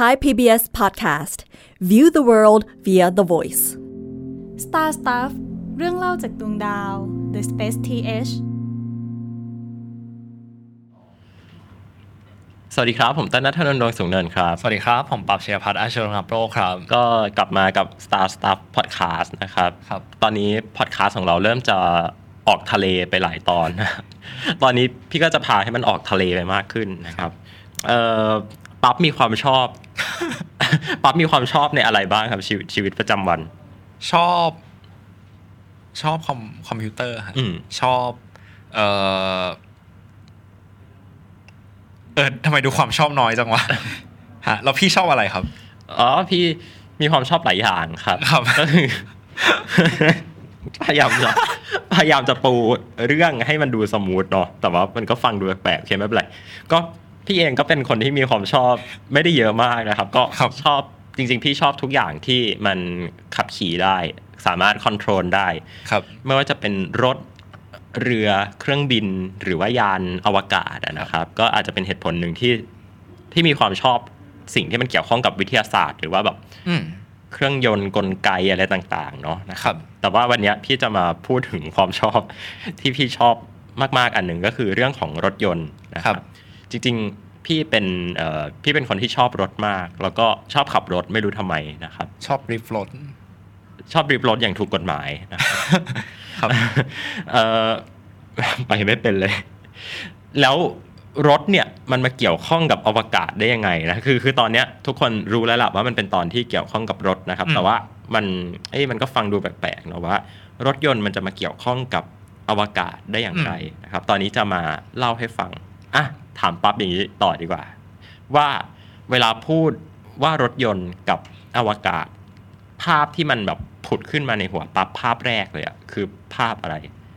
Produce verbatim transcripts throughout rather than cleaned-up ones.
Thai พี บี เอส Podcast View the world via the voice Star Stuff เรื่องเล่าจากดวงดาว The Space ที เอชสวัสดีครับผมต้นณัฐนนท์ ดวงสูงเนินครับสวัสดีครับผมปรับเชียรพัฒน์อาชรณัพโรครับก็กลับมากับ Star Stuff Podcast นะครับครับตอนนี้ Podcast ของเราเริ่มจะออกทะเลไปหลายตอนตอนนี้พี่ก็จะพาให้มันออกทะเลไปมากขึ้นนะครับเอ่อปั๊บมีความชอบ ปั๊บมีความชอบในอะไรบ้างครับชีวิตชีวิตประจำวันชอบชอบคอมคอมพิวเตอร์ครับชอบเอ่อเออทำไมดูความชอบน้อยจังวะ ฮะแล้วพี่ชอบอะไรครับอ๋อพี่มีความชอบหลายอย่างครับครับก็คือ พยายามจะพยายามจะปูเรื่องให้มันดูสมูทเนาะแต่ว่ามันก็ฟังดูแปลกๆโอเคไม่เป็นไรก็พี่เองก็เป็นคนที่มีความชอบไม่ได้เยอะมากนะครับก็ชอบจริงๆพี่ชอบทุกอย่างที่มันขับขี่ได้สามารถคอนโทรลได้ครับไม่ว่าจะเป็นรถเรือเครื่องบินหรือว่ายานอวกาศนะครับก็อาจจะเป็นเหตุผลหนึ่งที่ที่มีความชอบสิ่งที่มันเกี่ยวข้องกับวิทยาศาสตร์หรือว่าแบบเครื่องยนต์กลไกอะไรต่างๆเนาะนะครับแต่ว่าวันนี้พี่จะมาพูดถึงความชอบที่พี่ชอบมากๆอันหนึ่งก็คือเรื่องของรถยนต์นะครับจริงๆพี่เป็นเอ่อพี่เป็นคนที่ชอบรถมากแล้วก็ชอบขับรถไม่รู้ทำไมนะครับชอบดริฟท์รถชอบดริฟท์รถอย่างถูกกฎหมายนะครับเอ่อไปไม่เป็นเลยแล้วรถเนี่ยมันมาเกี่ยวข้องกับอวกาศได้ยังไงนะคือคือตอนเนี้ยทุกคนรู้แล้วล่ะว่ามันเป็นตอนที่เกี่ยวข้องกับรถนะครับแต่ว่ามันเอ้ยมันก็ฟังดูแปลกๆเนาะว่ารถยนต์มันจะมาเกี่ยวข้องกับอวกาศได้อย่างไรนะครับตอนนี้จะมาเล่าให้ฟังอ่ะถามปั๊บอย่างนี้ต่อดีกว่าว่าเวลาพูดว่ารถยนต์กับอวกาศภาพที่มันแบบผุดขึ้นมาในหัวปั๊บภาพแรกเลยอ่ะคือภาพอะไร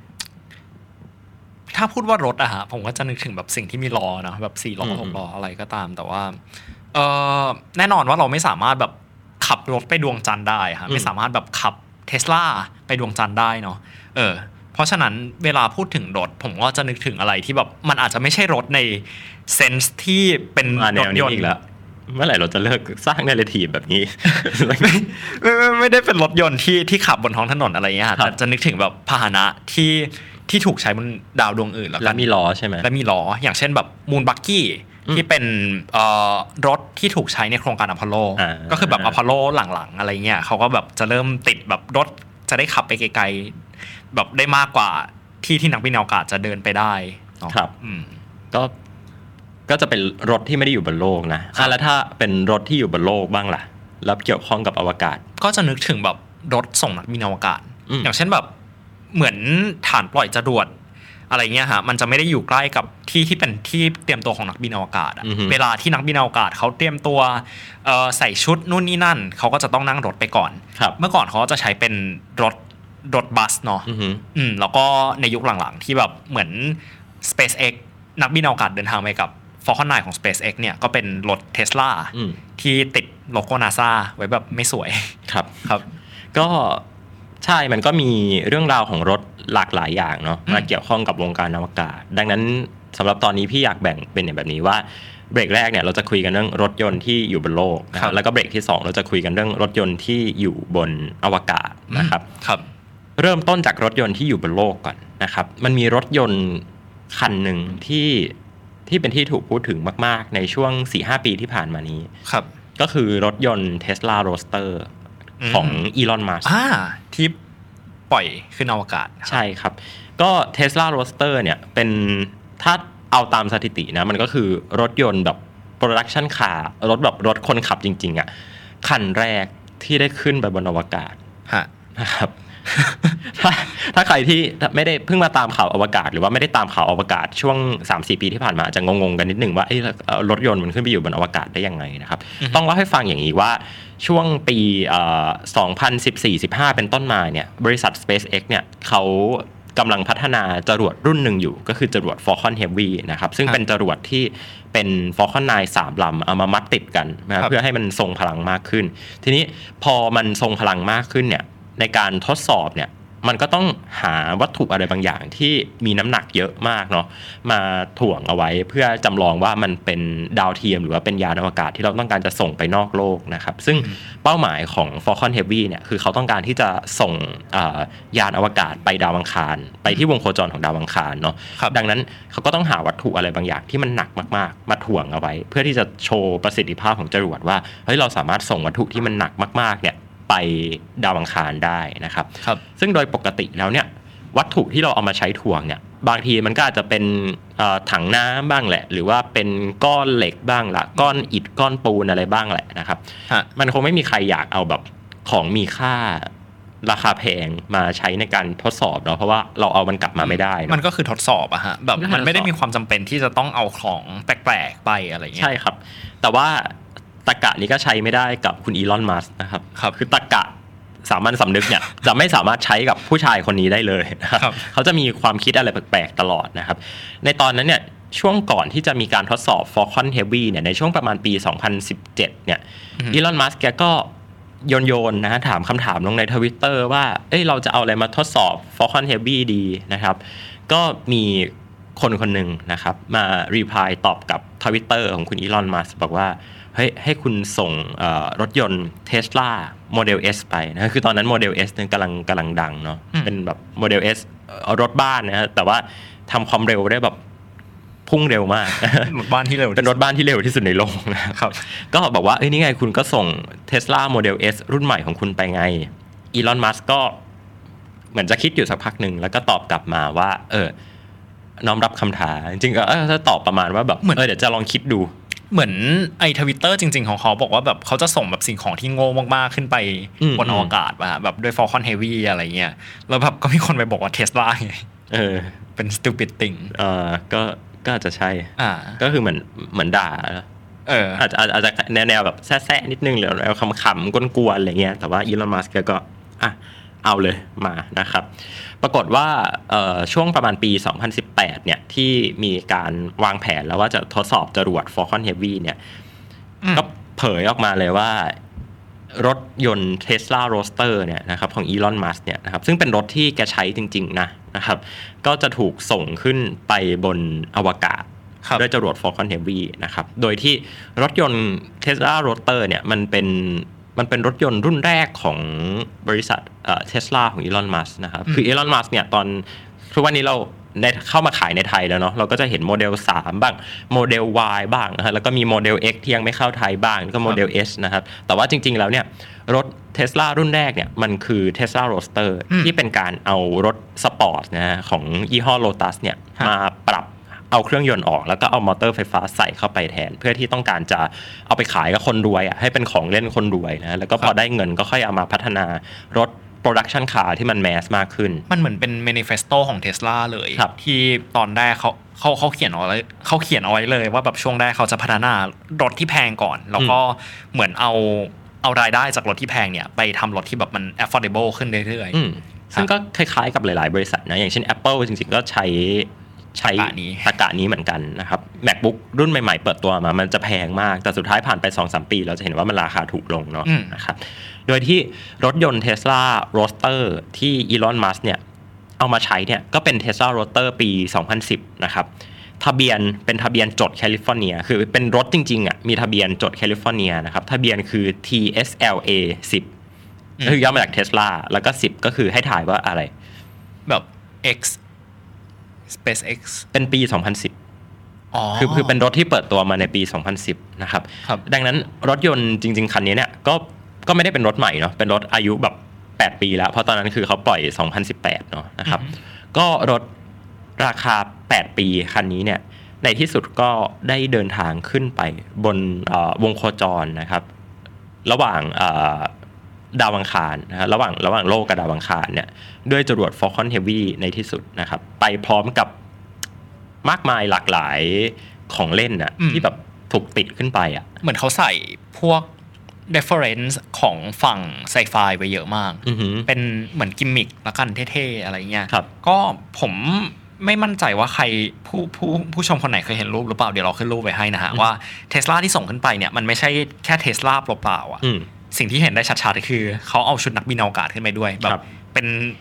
ถ้าพูดว่ารถอะฮะผมก็จะนึกถึงแบบสิ่งที่มีล้อนะแบบสี่ล้อหกล้ออะไรก็ตามแต่ว่าเออแน่นอนว่าเราไม่สามารถแบบขับรถไปดวงจันทร์ได้ฮะไม่สามารถแบบขับ Tesla ไปดวงจันทร์ได้เนาะเออเพราะฉะนั้นเวลาพูดถึงรถผมก็จะนึกถึงอะไรที่แบบมันอาจจะไม่ใช่รถในเซนส์ที่เป็นรถยนต์อีกแล้วเมื่อไหร่เราจะเลิกสร้างเนเรทีฟแบบนี้ไม่ไม่ไม่ได้เป็นรถยนต์ที่ที่ขับบนท้องถนนอะไรอย่างเงี้ยแต่จะนึกถึงแบบพาหนะที่ที่ถูกใช้บนดาวดวงอื่นแล้วแล้วมีล้อใช่ไหมแล้วมีล้ออย่างเช่นแบบมูนบักกี้ที่เป็นเอ่อรถที่ถูกใช้ในโครงการอพอลโลก็คือแบบอพอลโลหลังๆอะไรเงี้ยเขาก็แบบจะเริ่มติดแบบรถจะได้ขับไปไกลๆแบบได้มากกว่าที่ที่นักบินอวกาศจะเดินไปได้ครับก็ก็จะเป็นรถที่ไม่ได้อยู่บนโลกนะอ่ะแล้วถ้าเป็นรถที่อยู่บนโลกบ้างล่ะแล้วเกี่ยวข้องกับอวกาศก็จะนึกถึงแบบรถส่งนักบินอวกาศอย่างเช่นแบบเหมือนฐานปล่อยจรวดอะไรเงี้ยฮะมันจะไม่ได้อยู่ใกล้กับที่ที่เป็นที่เตรียมตัวของนักบินอวกาศอะเวลาที่นักบินอวกาศเขาเตรียมตัวเอ่อใส่ชุดนู่นนี่นั่นเขาก็จะต้องนั่งรถไปก่อนเมื่อก่อนเขาจะใช้เป็นรถรถบัสเนาะอืมแล้วก็ในยุคหลังๆที่แบบเหมือน SpaceX นักบินอวกาศเดินทางไปกับ Falcon ไนน์ ของ SpaceX เนี่ยก็เป็นรถ Tesla ที่ติดโลโก้ NASA ไว้แบบไม่สวยครับครับก็ใช่มันก็มีเรื่องราวของรถหลากหลายอย่างเนาะมาเกี่ยวข้องกับวงการอวกาศดังนั้นสำหรับตอนนี้พี่อยากแบ่งเป็นแบบนี้ว่าเบรกแรกเนี่ยเราจะคุยกันเรื่องรถยนต์ที่อยู่บนโลกนะครับแล้วก็เบรกที่สองเราจะคุยกันเรื่องรถยนต์ที่อยู่บนอวกาศนะครับครับเริ่มต้นจากรถยนต์ที่อยู่บนโลกก่อนนะครับมันมีรถยนต์คันหนึ่งที่ที่เป็นที่ถูกพูดถึงมากๆในช่วง สี่ห้า ปีที่ผ่านมานี้ครับก็คือรถยนต์ Tesla Roadster ของอีลอนมัสก์อ่าที่ปล่อยขึ้นอวกาศใช่ครับก็ Tesla Roadster เนี่ยเป็นถ้าเอาตามสถิตินะมันก็คือรถยนต์แบบ production car รถแบบรถคนขับจริงๆอ่ะคันแรกที่ได้ขึ้นไปบนอวกาศฮะนะครับ ถ้าถ้าใครที่ไม่ได้เพิ่งมาตามข่าวอวกาศหรือว่าไม่ได้ตามข่าวอวกาศช่วง สามสี่ ปีที่ผ่านมาจะงงๆกันนิดนึงว่าไอ้รถยนต์มันขึ้นไปอยู่บนอวกาศได้ยังไงนะครับต้องเล่าให้ฟังอย่างนี้ว่าช่วงปีสองพันสิบสี่ สิบห้าเป็นต้นมาเนี่ยบริษัท SpaceX เนี่ยเขากำลังพัฒนาจรวดรุ่นหนึ่งอยู่ก็คือจรวด Falcon Heavy นะครับซึ่งเป็นจรวดที่เป็น Falcon ไนน์ สามลำเอามามัดติดกันนะเพื่อให้มันทรงพลังมากขึ้นทีนี้พอมันทรงพลังมากขึ้นเนี่ยในการทดสอบเนี่ยมันก็ต้องหาวัตถุอะไรบางอย่างที่มีน้ำหนักเยอะมากเนาะมาถ่วงเอาไว้เพื่อจำลองว่ามันเป็นดาวเทียมหรือว่าเป็นยานอวกาศที่เราต้องการจะส่งไปนอกโลกนะครับซึ่งเป้าหมายของ Falcon Heavy เนี่ยคือเขาต้องการที่จะส่งยานอวกาศไปดาวอังคารไปที่วงโคจรของดาวอังคารเนาะดังนั้นเขาก็ต้องหาวัตถุอะไรบางอย่างที่มันหนักมากๆมาถ่วงเอาไว้เพื่อที่จะโชว์ประสิทธิภาพของจรวดว่าเฮ้ยเราสามารถส่งวัตถุที่มันหนักมากๆเนี่ยไปดาวอังคารได้นะครับซึ่งโดยปกติแล้วเนี่ยวัตถุที่เราเอามาใช้ถ่วงเนี่ยบางทีมันก็อาจจะเป็นถังน้ำบ้างแหละหรือว่าเป็นก้อนเหล็กบ้างละก้อนอิฐก้อนปูนอะไรบ้างแหละนะครับมันคงไม่มีใครอยากเอาแบบของมีค่าราคาแพงมาใช้ในการทดสอบเนาะเพราะว่าเราเอามันกลับมาไม่ได้มันก็คือทดสอบอะฮะแบบมันไม่ได้มีความจำเป็นที่จะต้องเอาของแปลกๆไปอะไรเงี้ยใช่ครับแต่ว่าตรรกะนี้ก็ใช้ไม่ได้กับคุณอีลอนมัสก์นะครับคือตรรกะสามัญสำนึกเนี่ยจะไม่สามารถใช้กับผู้ชายคนนี้ได้เลยนะครับเขาจะมีความคิดอะไรแปลกๆตลอดนะครับในตอนนั้นเนี่ยช่วงก่อนที่จะมีการทดสอบ Falcon Heavy เนี่ยในช่วงประมาณปีสองพันสิบเจ็ดเนี่ยอีลอนมัสก์แกก็โยนโยนนะถามคำถามลงใน Twitter ว่าเอ้ยเราจะเอาอะไรมาทดสอบ Falcon Heavy ดีนะครับก็มีคนคนหนึ่งนะครับมารีプライตอบกับ Twitter ของคุณอีลอนมัสก์บอกว่าเฮ้ยให้คุณส่งรถยนต์ Tesla Model S ไปนะคือตอนนั้น Model S เนี่ยกำลังกำลังดังเนาะเป็นแบบ Model S รถบ้านนะฮะแต่ว่าทำความเร็วได้แบบพุ่งเร็วมากรถบ้านที่เร็วเป็นรถบ้านที่เร็วที่สุดในโลกนะครับก็บอกว่าเอ้ยนี่ไงคุณก็ส่ง Tesla Model S รุ่นใหม่ของคุณไปไงอีลอนมัสก์ก็เหมือนจะคิดอยู่สักพักหนึ่งแล้วก็ตอบกลับมาว่าเออน้อมรับคำท้าจริงๆก็เออตอบประมาณว่าแบบเออเดี๋ยวจะลองคิดดูเหมือนไอ้ Twitter จริงๆของเขาบอกว่าแบบเขาจะส่งแบบสิ่งของที่โง่มากๆขึ้นไปบนอวกาศป่ะแบบด้วย Falcon Heavy อะไรเงี้ยแล้วแบบก็มีคนไปบอกว่า Tesla ไงเออเป็น stupid thing เออก็ก็อาจจะใช่อ่าก็คือเหมือนเหมือนด่าเอออาจจะอาจจะแนวๆแบบแซ่ๆนิดนึงหรือแนวขำๆกวนๆอะไรเงี้ยแต่ว่าอีลอนมัสก์ก็อ่ะเอาเลยมานะครับปรากฏว่าช่วงประมาณปีสองพันสิบแปดเนี่ยที่มีการวางแผนแล้วว่าจะทดสอบจรวด Falcon Heavy เนี่ยก็เผยออกมาเลยว่ารถยนต์ Tesla Roadster เนี่ยนะครับของ Elon Musk เนี่ยนะครับซึ่งเป็นรถที่แกใช้จริงๆนะนะครับก็จะถูกส่งขึ้นไปบนอวกาศด้วยจรวด Falcon Heavy นะครับโดยที่รถยนต์ Tesla Roadster เนี่ยมันเป็นมันเป็นรถยนต์รุ่นแรกของบริษัทเอ่อ Tesla ของ Elon Musk นะครับคือ Elon Musk เนี่ยตอนทุกวันนี้เราได้เข้ามาขายในไทยแล้วเนาะเราก็จะเห็นโมเดลสามบ้างโมเดล Y บ้างนะฮะแล้วก็มีโมเดล X ที่ยังไม่เข้าไทยบ้างแล้วก็โมเดล S นะครับแต่ว่าจริงๆแล้วเนี่ยรถ Tesla รุ่นแรกเนี่ยมันคือ Tesla Roadster ที่เป็นการเอารถสปอร์ตนะฮะของยี่ห้อ Lotus เนี่ยมาปรับเอาเครื่องยนต์ออกแล้วก็เอามอเตอร์ไฟฟ้าใส่เข้าไปแทนเพื่อที่ต้องการจะเอาไปขายกับคนรวยอ่ะให้เป็นของเล่นคนรวยนะแล้วก็พอได้เงินก็ค่อยเอามาพัฒนารถ production car ที่มันแมสมากขึ้นมันเหมือนเป็น manifesto ของ Tesla เลยที่ตอนแรกเขาเขาเขาเขียนเอาไว้เขาเขียนเอาไว้เลยว่าแบบช่วงแรกเขาจะพัฒนารถที่แพงก่อนแล้วก็เหมือนเอาเอารายได้จากรถที่แพงเนี่ยไปทำรถที่แบบมัน affordable ขึ้นเรื่อยๆซึ่งก็คล้ายๆกับหลายๆบริษัทนะอย่างเช่น Apple จริงๆก็ใช้ใช้ตรรกะนี้เหมือนกันนะครับ MacBook รุ่นใหม่ๆเปิดตัวมามันจะแพงมากแต่สุดท้ายผ่านไป สองถึงสาม ปีเราจะเห็นว่ามันราคาถูกลงเนาะนะครับโดยที่รถยนต์ Tesla Roadster ที่ Elon Musk เนี่ยเอามาใช้เนี่ยก็เป็น Tesla Roadster ปีสองพันสิบนะครับทะเบียนเป็นทะเบียนจดแคลิฟอร์เนียคือเป็นรถจริงๆอ่ะมีทะเบียนจดแคลิฟอร์เนียนะครับทะเบียนคือ ที เอส แอล เอ สิบคือย่อมาจาก Tesla แล้วก็สิบก็คือให้ถ่ายว่าอะไรแบบ X SpaceX เป็นปีสองพันสิบอ๋อคือคือเป็นรถที่เปิดตัวมาในปีสองพันสิบนะครับดังนั้นรถยนต์จริงๆคันนี้เนี่ยก็ก็ไม่ได้เป็นรถใหม่เนาะเป็นรถอายุแบบแปดปีแล้วเพราะตอนนั้นคือเขาปล่อยสองพันสิบแปดเนาะนะครับก็รถราคาแปดปีคันนี้เนี่ยในที่สุดก็ได้เดินทางขึ้นไปบนวงโคจรนะครับระหว่างดาวอังคารนะฮะระหว่างระหว่างโลกกับดาวอังคารเนี่ยด้วยจรวด Falcon Heavy ในที่สุดนะครับไปพร้อมกับมากมายหลากหลายของเล่นน่ะที่แบบถูกติดขึ้นไปอ่ะเหมือนเขาใส่พวก reference ของฝั่งไซไฟไปเยอะมากเป็นเหมือนกิมมิคละกันเท่ๆอะไรเงี้ยก็ผมไม่มั่นใจว่าใครผู้ผู้ผู้ชมคนไหนเคยเห็นรูปหรือเปล่าเดี๋ยวเราขึ้นรูปไว้ให้นะฮะว่า Tesla ที่ส่งขึ้นไปเนี่ยมันไม่ใช่แค่ Tesla เปล่าๆอ่ะสิ่งที่เห็นได้ชัดๆก็คือเขาเอาชุดนักบินอวกาศขึ้นไปด้วยแบบเป็นเ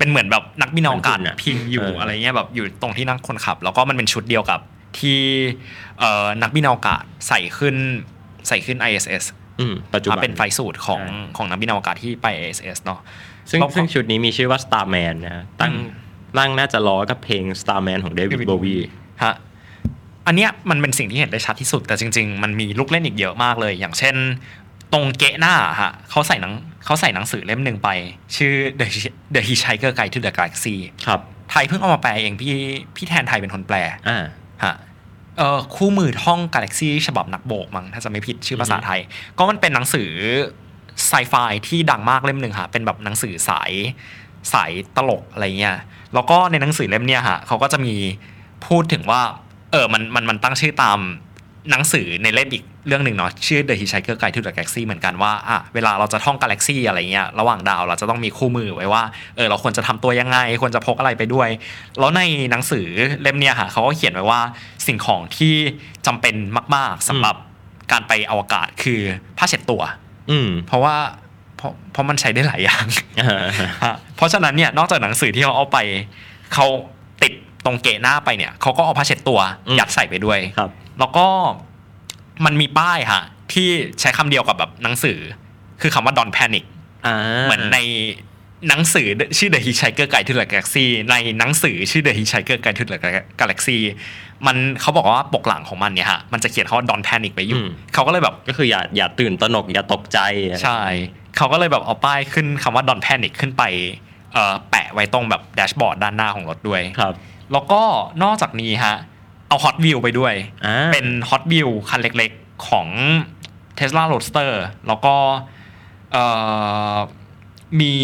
เป็นเหมือนแบบนักบินอวกาศพิงอยู่อะไรเงี้ยแบบอยู่ตรงที่นั่งคนขับแล้วก็มันเป็นชุดเดียวกับที่เอ่อนักบินอวกาศใส่ขึ้นใส่ขึ้น ไอ เอส เอสอืมปัจจุบันเป็นไฟสูทของของนักบินอวกาศที่ไป ไอ เอส เอส เนาะซึ่งซึ่งชุดนี้มีชื่อว่า Starman นะฮะตั้งร่างน่าจะล้อกับเพลง Starman ของ David Bowie ฮะอันเนี้ยมันเป็นสิ่งที่เห็นได้ชัดที่สุดแต่จริงๆมันมีลูกเล่นอีกเยอะมากเลยอย่างเช่นตรงเกะหน้าฮะเขาใส่หนังเขาใส่หนังสือเล่มหนึ่งไปชื่อ The The Hitchhiker Guide to the Galaxy ครับไทยเพิ่งเอามาแปลเองพี่พี่แทนไทยเป็นคนแปลอ่าฮะเอ่อคู่มือท่องกาแล็กซี่ฉบับนักโบกมั้งถ้าจะไม่ผิดชื่อภาษาไทยก็มันเป็นหนังสือไซไฟที่ดังมากเล่มหนึ่งฮะเป็นแบบหนังสือสายสายตลกอะไรเงี้ยแล้วก็ในหนังสือเล่มเนี้ยฮะเขาก็จะมีพูดถึงว่าเออมันมันมันตั้งชื่อตามหนังสือในเล่มอีกเรื่องหนึ่งเนาะชื่อ The Hitchhiker Guide to the Galaxy เหมือนกันว่าอ่ะเวลาเราจะท่องกาแล็กซี่อะไรเงี้ยระหว่างดาวเราจะต้องมีคู่มือไว้ว่าเออเราควรจะทำตัวยังไงควรจะพกอะไรไปด้วยแล้วในหนังสือเล่มเนี้ยค่ะเขาก็เขียนไว้ว่าสิ่งของที่จำเป็นมากๆสำหรับการไปอวกาศคือผ้าเช็ดตัวเพราะว่าเพราะเพราะมันใช้ได้หลายอย่าง เพราะฉะนั้นเนี่ยนอกจากหนังสือที่เขาเอาไปเขาติดตรงเกะหน้าไปเนี่ยเขาก็เอาผ้าเช็ดตัวยัดใส่ไปด้วยแล้วก็มันมีป้ายฮะที่ใช้คำเดียวกับแบบหนังสือคือคำว่า Don't Panic เหมือนในหนังสือชื่อ The Hitchhiker Guide to the Galaxy ในหนังสือชื่อ The Hitchhiker Guide to the Galaxy มันเขาบอกว่าปกหลังของมันเนี่ยฮะมันจะเขียนคำว่า Don't Panic ไว้อยู่เขาก็เลยแบบก็คืออย่าอย่าตื่นตระหนกอย่าตกใจใช่เขาก็เลยแบบเอาป้ายขึ้นคำว่า Don't Panic ขึ้นไปเอ่อแปะไว้ตรงแบบแดชบอร์ดด้านหน้าของรถด้วยครับแล้วก็นอกจากนี้ฮะเอา Hot Wheel ไปด้วยเป็น Hot Wheel คันเล็กๆของ Tesla Roadster แล้วก็เอ่อมี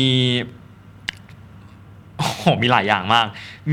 โอ้โหมีหลายอย่างมากมี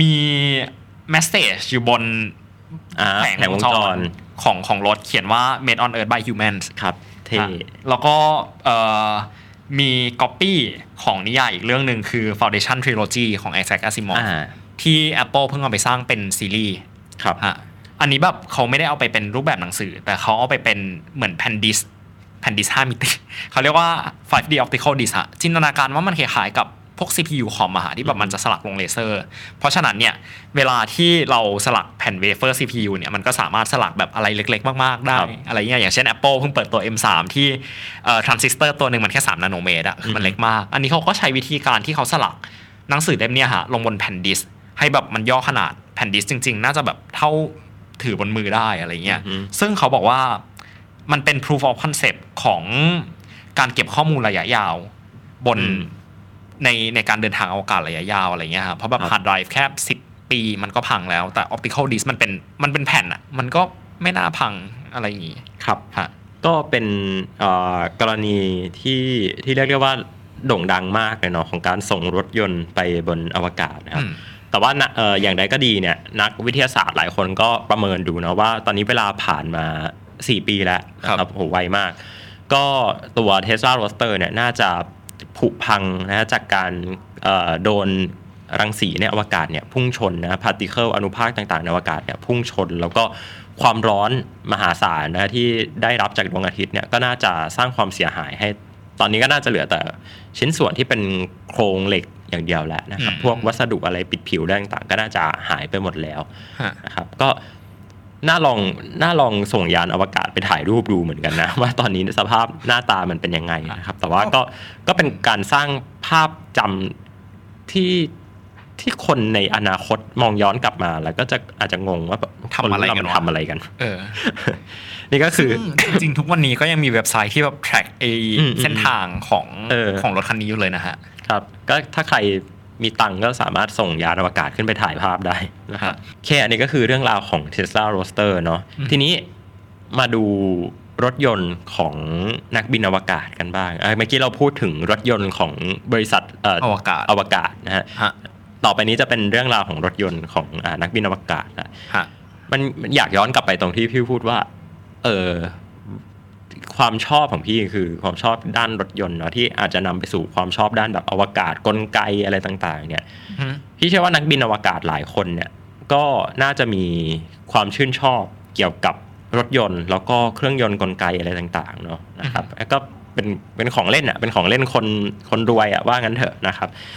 message อยู่บนแผงวงจรของของรถเขียนว่า made on earth by humans ครับเท่แล้วก็เอ่อมี copy ของนิยายอีกเรื่องหนึ่งคือ Foundation Trilogy ของ Isaac Asimov ที่ Apple เพิ่งเอาไปสร้างเป็นซีรีส์ครับอันนี้แบบเขาไม่ได้เอาไปเป็นรูปแบบหนังสือแต่เขาเอาไปเป็นเหมือนแผ่นดิสแผ่นดิสห้ามิติเขาเรียกว่า ไฟว์ ดี Optical Disc ฮะจินตนาการว่ามันคล้ายๆกับพวก ซี พี ยู คอมอะฮะที่แบบมันจะสลักลงเลเซอร์เพราะฉะนั้นเนี่ยเวลาที่เราสลักแผ่นเวเฟอร์ ซี พี ยู เนี่ยมันก็สามารถสลักแบบอะไรเล็กๆมากๆได้อะไรเงี้ยอย่างเช่น Apple เพิ่งเปิดตัว เอ็ม ทรี ที่เอ่อทรานซิสเตอร์ตัวนึงมันแค่สามนาโนเมตรอะคือมันเล็กมากอันนี้เขาก็ใช้วิธีการที่เขาสลักหนังสือเล่มเนี้ยฮะลงบนแผ่นดิสให้แบบมันย่อขนาดแผ่นดิสจริงๆน่าจะแบบเท่าถือบนมือได้อะไรเงี้ยซึ่งเขาบอกว่ามันเป็น proof of concept ของการเก็บข้อมูลระยะยาวบนในในการเดินทางอวกาศระยะยาวอะไรเงี้ยครับเพราะแบบ hard drive แค่สิบปีมันก็พังแล้วแต่ optical disk มันเป็นมันเป็นแผ่นอ่ะมันก็ไม่น่าพังอะไรอย่างงี้ครับก็เป็นกรณีที่ที่เรียกได้ว่าโด่งดังมากเลยเนาะของการส่งรถยนต์ไปบนอวกาศนะครับแต่ว่าเอ่ออย่างใดก็ดีเนี่ยนักวิทยาศาสตร์หลายคนก็ประเมินดูนะว่าตอนนี้เวลาผ่านมาสี่ปีแล้วนะครับโหไวมากก็ตัว Tesla Roadster เนี่ยน่าจะผุพังนะจากการเอ่อโดนรังสีในอวกาศเนี่ยพุ่งชนนะพาร์ติเคิลอนุภาคต่างๆในอวกาศเนี่ยพุ่งชนแล้วก็ความร้อนมหาศาลนะที่ได้รับจากดวงอาทิตย์เนี่ยก็น่าจะสร้างความเสียหายให้ตอนนี้ก็น่าจะเหลือแต่ชิ้นส่วนที่เป็นโครงเหล็กอย่างเดียวแล้วนะครับพวกวัสดุอะไรปิดผิวต่างๆก็น่าจะหายไปหมดแล้วนะครับก็น่าลองน่าลองส่งยานอวกาศไปถ่ายรูปดูเหมือนกันนะว่าตอนนี้สภาพหน้าตามันเป็นยังไงนะครับแต่ว่าก็ก็เป็นการสร้างภาพจำที่ที่คนในอนาคตมองย้อนกลับมาแล้วก็จะอาจจะงงว่าทำอะไรกันทำอะไรกันเออนี่ก็คือจริงๆทุกวันนี้ก็ยังมีเว็บไซต์ที่แบบ track ไอ้เส้นทางของของรถคันนี้อยู่เลยนะฮะครับก็ถ้าใครมีตังค์ก็สามารถส่งยานอวกาศขึ้นไปถ่ายภาพได้นะครับแค่อันนี้ก็คือเรื่องราวของ Tesla Roadster เนาะทีนี้มาดูรถยนต์ของนักบินอวกาศกันบ้างเมื่อกี้เราพูดถึงรถยนต์ของบริษัทอวกาศอวกาศนะฮะต่อไปนี้จะเป็นเรื่องราวของรถยนต์ของนักบินอวกาศนะมันอยากย้อนกลับไปตรงที่พี่พูดว่าเออความชอบของพี่คือความชอบด้านรถยนต์เนาะที่อาจจะนำไปสู่ความชอบด้านแบบอวกาศกลไกอะไรต่างๆเนี่ยพี่เชื่อว่านักบินอวกาศหลายคนเนี่ยก็น่าจะมีความชื่นชอบเกี่ยวกับรถยนต์แล้วก็เครื่องยนต์กลไกอะไรต่างๆเนาะนะครับก็เป็นเป็นของเล่นอ่ะเป็นของเล่นคนคนรวยอ่ะว่างั้นเถอะนะครับ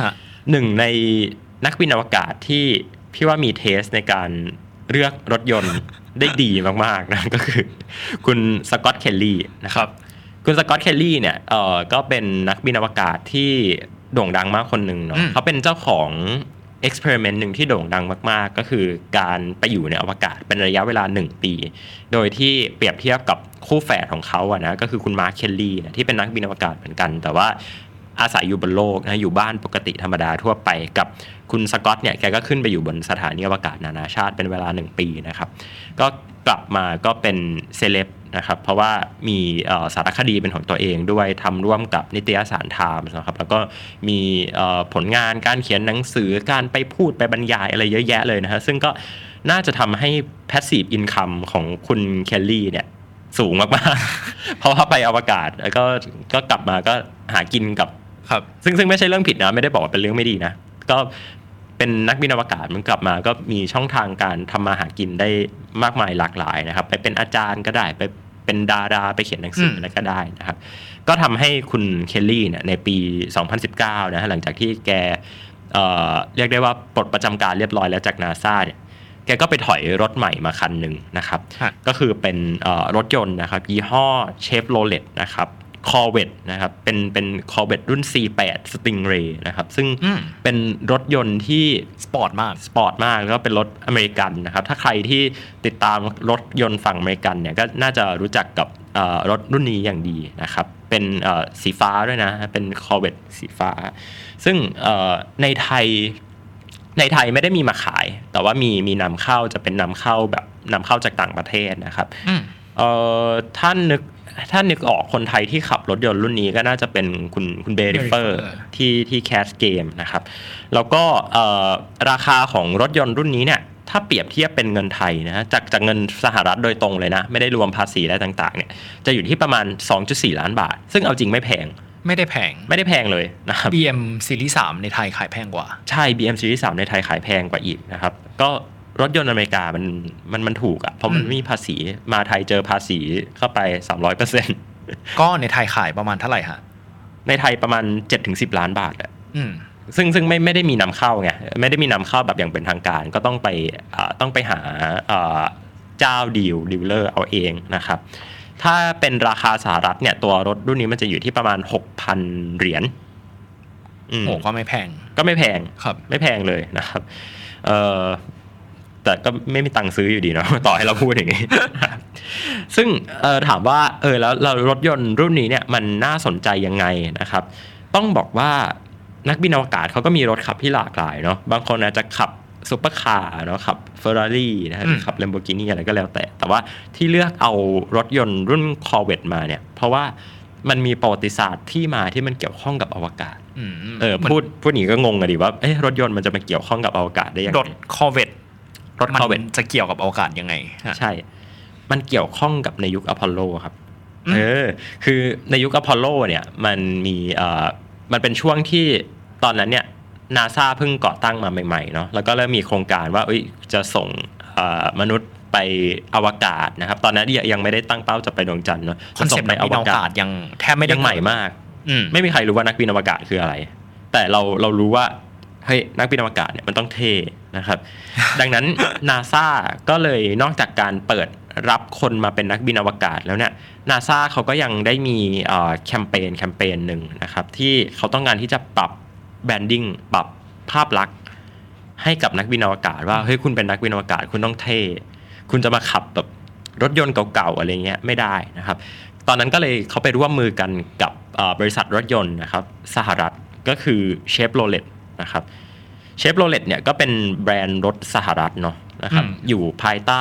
หนึ่งในนักบินอวกาศที่พี่ว่ามีเทสในการเลือกรถยนต์ได้ดีมากๆนะก็คือคุณสกอตต์เคลลี่นะครับคุณสกอตต์เคลลี่เนี่ยเอ่อก็เป็นนักบินอวกาศที่โด่งดังมากคนหนึ่งเนาะเขาเป็นเจ้าของเอ็กซ์เพริเมนต์หนึ่งที่โด่งดังมากๆก็คือการไปอยู่ในอวกาศเป็นระยะเวลาหนึ่งปีโดยที่เปรียบเทียบกับคู่แฝดของเขาอะนะก็คือคุณมาร์คเคลลี่ที่เป็นนักบินอวกาศเหมือนกันแต่ว่าอาศัยอยู่บนโลกนะอยู่บ้านปกติธรรมดาทั่วไปกับคุณสกอตเนี่ยแกก็ขึ้นไปอยู่บนสถานีอวกาศนานาชาติเป็นเวลาหนึ่งปีนะครับก็กลับมาก็เป็นเซเลบนะครับเพราะว่ามีสารคดีเป็นของตัวเองด้วยทำร่วมกับนิตยสารไทม์นะครับแล้วก็มีผลงานการเขียนหนังสือการไปพูดไปบรรยายอะไรเยอะแยะเลยนะฮะซึ่งก็น่าจะทำให้ passive income ของคุณเคลลี่เนี่ยสูงมากๆเพราะว่าไปอวกาศแล้วก็ก็กลับมาก็หากินกับครับซึ่งซึ่งไม่ใช่เรื่องผิดนะไม่ได้บอกว่าเป็นเรื่องไม่ดีนะก็เป็นนักบินอวกาศมันกลับมาก็มีช่องทางการทำมาหากินได้มากมายหลากหลายนะครับไปเป็นอาจารย์ก็ได้ไปเป็นดาราไปเขียนหนังสืออะไรก็ได้นะครับก็ทำให้คุณเคลลี่เนี่ยในปีสองพันสิบเก้านะฮะหลังจากที่แก เอ่อ เรียกได้ว่าปลดประจำการเรียบร้อยแล้วจาก NASA เนี่ยแกก็ไปถอยรถใหม่มาคันหนึ่งนะครับก็คือเป็นรถยนต์นะครับยี่ห้อ Chevrolet นะครับCorvette นะครับเป็นเป็น Corvette รุ่น ซี แปด Stingray นะครับซึ่งเป็นรถยนต์ที่สปอร์ตมากสปอร์ตมากแล้วก็เป็นรถอเมริกันนะครับถ้าใครที่ติดตามรถยนต์ฝั่งอเมริกันเนี่ยก็น่าจะรู้จักกับรถรุ่นนี้อย่างดีนะครับเป็นสีฟ้าด้วยนะเป็น Corvette สีฟ้าซึ่งในไทยในไทยไม่ได้มีมาขายแต่ว่ามีมีนำเข้าจะเป็นนำเข้าแบบนำเข้าจากต่างประเทศนะครับท่านนึกถ้านึกออกคนไทยที่ขับรถยนต์รุ่นนี้ก็น่าจะเป็นคุณคุณเบริเฟอร์ที่ที่แคสเกมนะครับแล้วก็ราคาของรถยนต์รุ่นนี้เนี่ยถ้าเปรียบเทียบเป็นเงินไทยนะจากจากเงินสหรัฐโดยตรงเลยนะไม่ได้รวมภาษีอะไรต่างๆเนี่ยจะอยู่ที่ประมาณ สองจุดสี่ ล้านบาทซึ่งเอาจริงไม่แพงไม่ได้แพงไม่ได้แพงเลยนะครับบี เอ็ม Series สามในไทยขายแพงกว่าใช่ บี เอ็ม Series สามในไทยขายแพงกว่าอีกนะครับก็รถยนต์อเมริกามันมันมันถูกอ่ะเพราะมันไม่มีภาษีมาไทยเจอภาษีเข้าไป สามร้อยเปอร์เซ็นต์ก็ในไทยขายประมาณเท่าไหร่ฮะในไทยประมาณ เจ็ดถึงสิบ ล้านบาทอ่ะซึ่งซึ่งไม่ไม่ได้มีนำเข้าไงไม่ได้มีนำเข้าแบบอย่างเป็นทางการก็ต้องไปต้องไปหาเจ้าดีลดีลเลอร์เอาเองนะครับถ้าเป็นราคาสหรัฐเนี่ยตัวรถรุ่นนี้มันจะอยู่ที่ประมาณ หกพัน เหรียญโอ้ก็ไม่แพงก็ไม่แพงครับไม่แพงเลยนะครับเอ่อแต่ก็ไม่มีตังค์ซื้ออยู่ดีเนาะต่อให้เราพูดอย่างนี้ ซึ่งเอ่อถามว่าเออแล้วเรารถยนต์รุ่นนี้เนี่ยมันน่าสนใจยังไงนะครับต้องบอกว่านักบินอวกาศเขาก็มีรถขับที่หลากหลายเนาะบางคนอาจจะขับซุปเปอร์คาร์เนาะขับ Ferrari นะฮะขับ Lamborghini อะไรก็แล้วแต่แต่ว่าที่เลือกเอารถยนต์รุ่น Corvette มาเนี่ยเพราะว่ามันมีประวัติศาสตร์ที่มาที่มันเกี่ยวข้องกับอวกาศเออพูดพูดอย่างนี้ก็งงกันดิว่าเอ๊ะรถยนต์มันจะมาเกี่ยวข้องกับอวกาศได้ยังไงรถ Corvette รถ Corvette จะเกี่ยวกับอวกาศยังไงใช่มันเกี่ยวข้องกับในยุคอพอลโลครับเออคือในยุคอพอลโลเนี่ยมันมีเอ่อมันเป็นช่วงที่ตอนนั้นเนี่ยNASA เพิ่งก่อตั้งมาใหม่ๆเนาะแล้วก็เริ่มมีโครงการว่าเอ้ยจะส่งมนุษย์ไปอวกาศนะครับตอนนั้นยังไม่ได้ตั้งเป้าจะไปดวงจันทร์เนาะคอนเซ็ปต์ไปอวกาศยังแทบไม่ได้ใหม่มากไม่มีใครรู้ว่านักบินอวกาศคืออะไรแต่เราเรารู้ว่าเฮ้ยนักบินอวกาศเนี่ยมันต้องเท่นะครับ ดังนั้น NASA ก็เลยนอกจากการเปิดรับคนมาเป็นนักบินอวกาศแล้วเนี่ย NASA เขาก็ยังได้มีแคมเปญแคมเปญหนึ่งนะครับที่เขาต้องการที่จะปรับแบรนดิ้งปรับภาพลักษณ์ให้กับนักบินอวกาศว่าเฮ้ยคุณเป็นนักบินอวกาศคุณต้องเท่คุณจะมาขับแบบรถยนต์เก่าๆอะไรเงี้ยไม่ได้นะครับตอนนั้นก็เลยเขาไปร่วมมือกันกับบริษัทรถยนต์นะครับสหรัฐก็คือ Chevrolet นะครับ Chevrolet เนี่ยก็เป็นแบรนด์รถสหรัฐเนาะนะครับอยู่ภายใต้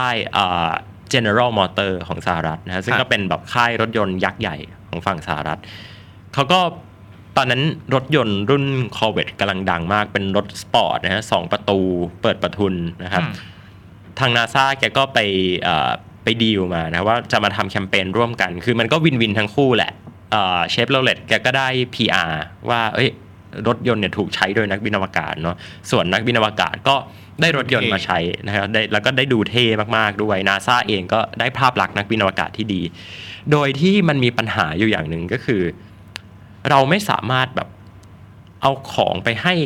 General Motors ของสหรัฐนะซึ่งก็เป็นแบบค่ายรถยนต์ยักษ์ใหญ่ของฝั่งสหรัฐเขาก็ตอนนั้นรถยนต์รุ่น Corvette กำลังดังมากเป็นรถสปอร์ตนะฮะสองประตูเปิดประทุนนะครับทาง NASA แกก็ไปไปดีลมานะว่าจะมาทำแคมเปญร่วมกันคือมันก็วินวินทั้งคู่แหละเชฟโรเลตแกก็ได้ พี อาร์ ว่าเอ้ยรถยนต์เนี่ยถูกใช้โดยนักบินอวกาศเนาะส่วนนักบินอวกาศก็ได้รถยนต์มาใช้นะครับได้แล้วก็ได้ดูเท่มากๆด้วย NASA เองก็ได้ภาพลักษณ์นักบินอวกาศที่ดีโดยที่มันมีปัญหาอยู่อย่างหนึ่งก็คือเราไม่สามารถแบบเอาของไปให้กับ